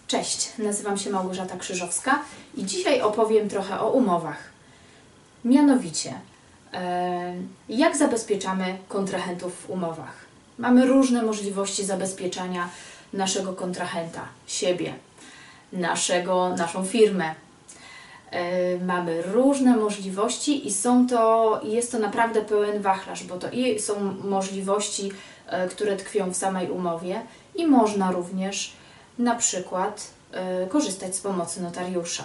Cześć, nazywam się Małgorzata Krzyżowska i dzisiaj opowiem trochę o umowach. Mianowicie, jak zabezpieczamy kontrahentów w umowach. Mamy różne możliwości zabezpieczania naszego kontrahenta, siebie, naszą firmę. Mamy różne możliwości i jest to naprawdę pełen wachlarz, bo to i są możliwości, które tkwią w samej umowie i można również na przykład korzystać z pomocy notariusza.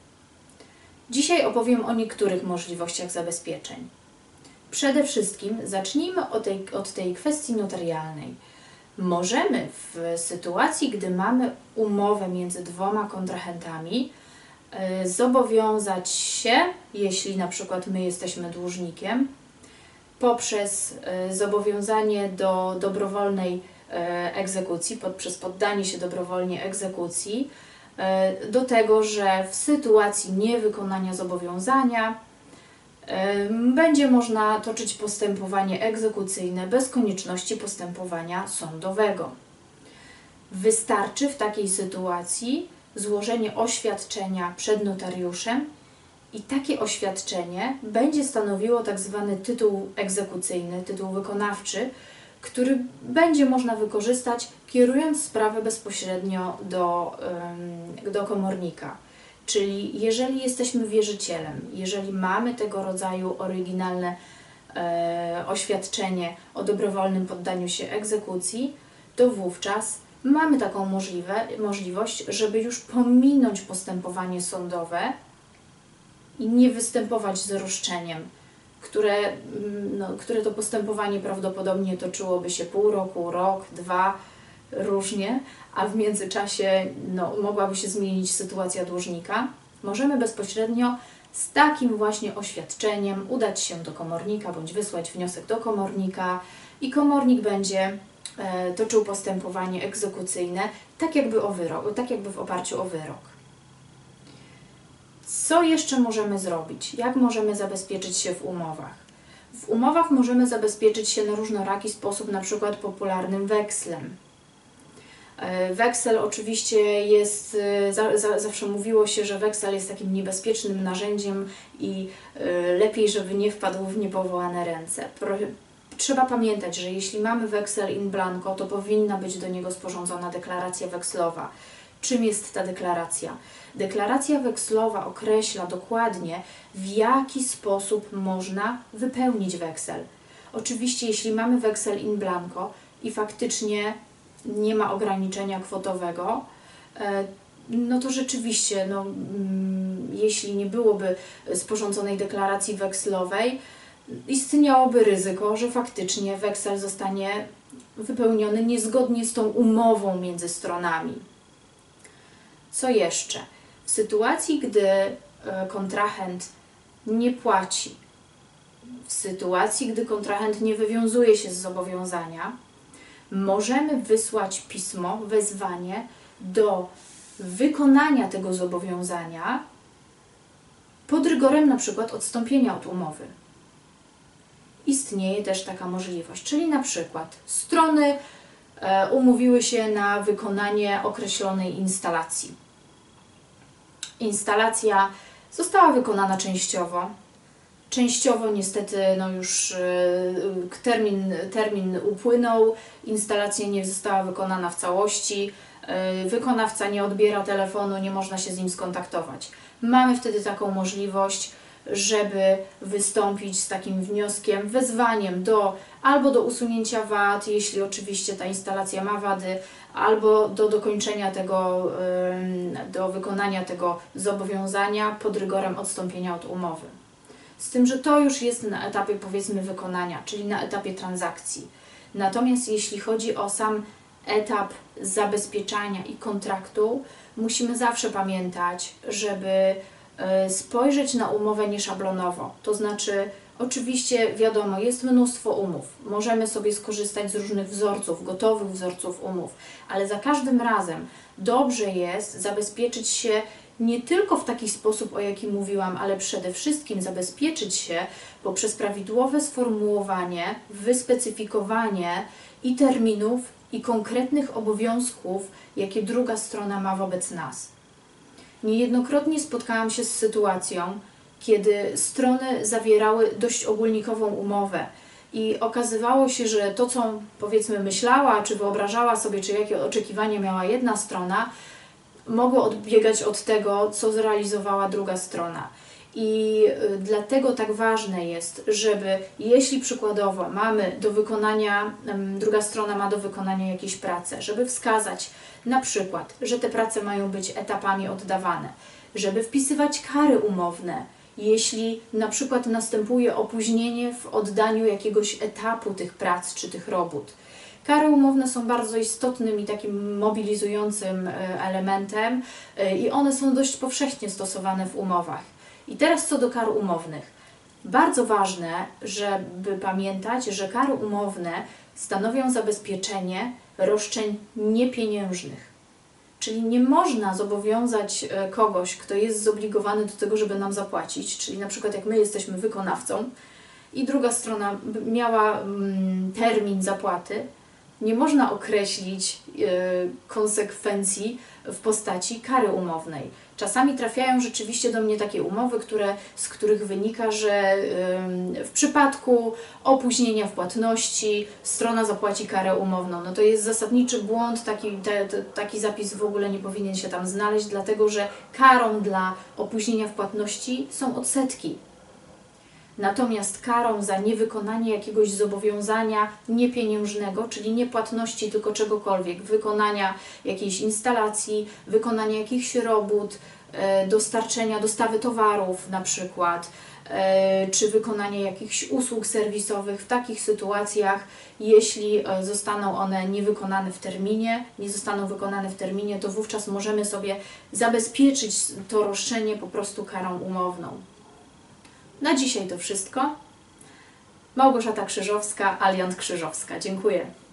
Dzisiaj opowiem o niektórych możliwościach zabezpieczeń. Przede wszystkim zacznijmy od tej kwestii notarialnej. Możemy w sytuacji, gdy mamy umowę między dwoma kontrahentami, zobowiązać się, jeśli na przykład my jesteśmy dłużnikiem, poprzez zobowiązanie do dobrowolnej egzekucji, poprzez poddanie się dobrowolnie egzekucji, do tego, że w sytuacji niewykonania zobowiązania będzie można toczyć postępowanie egzekucyjne bez konieczności postępowania sądowego. Wystarczy w takiej sytuacji złożenie oświadczenia przed notariuszem i takie oświadczenie będzie stanowiło tak zwany tytuł egzekucyjny, tytuł wykonawczy, który będzie można wykorzystać, kierując sprawę bezpośrednio do komornika. Czyli jeżeli jesteśmy wierzycielem, jeżeli mamy tego rodzaju oryginalne oświadczenie o dobrowolnym poddaniu się egzekucji, to wówczas mamy taką możliwość, żeby już pominąć postępowanie sądowe i nie występować z roszczeniem, które to postępowanie prawdopodobnie toczyłoby się pół roku, rok, dwa, różnie, a w międzyczasie mogłaby się zmienić sytuacja dłużnika. Możemy bezpośrednio z takim właśnie oświadczeniem udać się do komornika bądź wysłać wniosek do komornika i komornik będzie toczył postępowanie egzekucyjne, tak jakby w oparciu o wyrok. Co jeszcze możemy zrobić? Jak możemy zabezpieczyć się w umowach? W umowach możemy zabezpieczyć się na różnoraki sposób, na przykład popularnym wekslem. Weksel oczywiście jest, zawsze mówiło się, że weksel jest takim niebezpiecznym narzędziem i lepiej, żeby nie wpadł w niepowołane ręce. Trzeba pamiętać, że jeśli mamy weksel in blanco, to powinna być do niego sporządzona deklaracja wekslowa. Czym jest ta deklaracja? Deklaracja wekslowa określa dokładnie, w jaki sposób można wypełnić weksel. Oczywiście, jeśli mamy weksel in blanco i faktycznie nie ma ograniczenia kwotowego, no to rzeczywiście, jeśli nie byłoby sporządzonej deklaracji wekslowej, istniałoby ryzyko, że faktycznie weksel zostanie wypełniony niezgodnie z tą umową między stronami. Co jeszcze? W sytuacji, gdy kontrahent nie płaci, w sytuacji, gdy kontrahent nie wywiązuje się z zobowiązania, możemy wysłać pismo, wezwanie do wykonania tego zobowiązania pod rygorem na przykład odstąpienia od umowy. Istnieje też taka możliwość, czyli na przykład strony umówiły się na wykonanie określonej instalacji. Instalacja została wykonana częściowo. Częściowo niestety już termin upłynął, instalacja nie została wykonana w całości, wykonawca nie odbiera telefonu, nie można się z nim skontaktować. Mamy wtedy taką możliwość, żeby wystąpić z takim wnioskiem, wezwaniem albo do usunięcia wad, jeśli oczywiście ta instalacja ma wady, albo do dokończenia do wykonania tego zobowiązania pod rygorem odstąpienia od umowy. Z tym, że to już jest na etapie, powiedzmy, wykonania, czyli na etapie transakcji. Natomiast jeśli chodzi o sam etap zabezpieczania i kontraktu, musimy zawsze pamiętać, żeby spojrzeć na umowę nieszablonowo. To znaczy, oczywiście wiadomo, jest mnóstwo umów. Możemy sobie skorzystać z różnych wzorców, gotowych wzorców umów, ale za każdym razem dobrze jest zabezpieczyć się nie tylko w taki sposób, o jakim mówiłam, ale przede wszystkim zabezpieczyć się poprzez prawidłowe sformułowanie, wyspecyfikowanie i terminów, i konkretnych obowiązków, jakie druga strona ma wobec nas. Niejednokrotnie spotkałam się z sytuacją, kiedy strony zawierały dość ogólnikową umowę i okazywało się, że to, co powiedzmy myślała, czy wyobrażała sobie, czy jakie oczekiwania miała jedna strona, mogło odbiegać od tego, co zrealizowała druga strona. I dlatego tak ważne jest, żeby jeśli przykładowo mamy do wykonania, druga strona ma do wykonania jakieś prace, żeby wskazać na przykład, że te prace mają być etapami oddawane, żeby wpisywać kary umowne, jeśli na przykład następuje opóźnienie w oddaniu jakiegoś etapu tych prac czy tych robót. Kary umowne są bardzo istotnym i takim mobilizującym elementem i one są dość powszechnie stosowane w umowach. I teraz co do kar umownych. Bardzo ważne, żeby pamiętać, że kary umowne stanowią zabezpieczenie roszczeń niepieniężnych. Czyli nie można zobowiązać kogoś, kto jest zobligowany do tego, żeby nam zapłacić, czyli na przykład jak my jesteśmy wykonawcą i druga strona miała termin zapłaty, nie można określić konsekwencji w postaci kary umownej. Czasami trafiają rzeczywiście do mnie takie umowy, z których wynika, że w przypadku opóźnienia w płatności strona zapłaci karę umowną. No to jest zasadniczy błąd, taki zapis w ogóle nie powinien się tam znaleźć, dlatego że karą dla opóźnienia w płatności są odsetki. Natomiast karą za niewykonanie jakiegoś zobowiązania niepieniężnego, czyli nie płatności, tylko czegokolwiek, wykonania jakiejś instalacji, wykonania jakichś robót, dostawy towarów na przykład, czy wykonania jakichś usług serwisowych, w takich sytuacjach, jeśli zostaną one nie zostaną wykonane w terminie, to wówczas możemy sobie zabezpieczyć to roszczenie po prostu karą umowną. Na dzisiaj to wszystko. Małgorzata Krzyżowska, Aliant Krzyżowska. Dziękuję.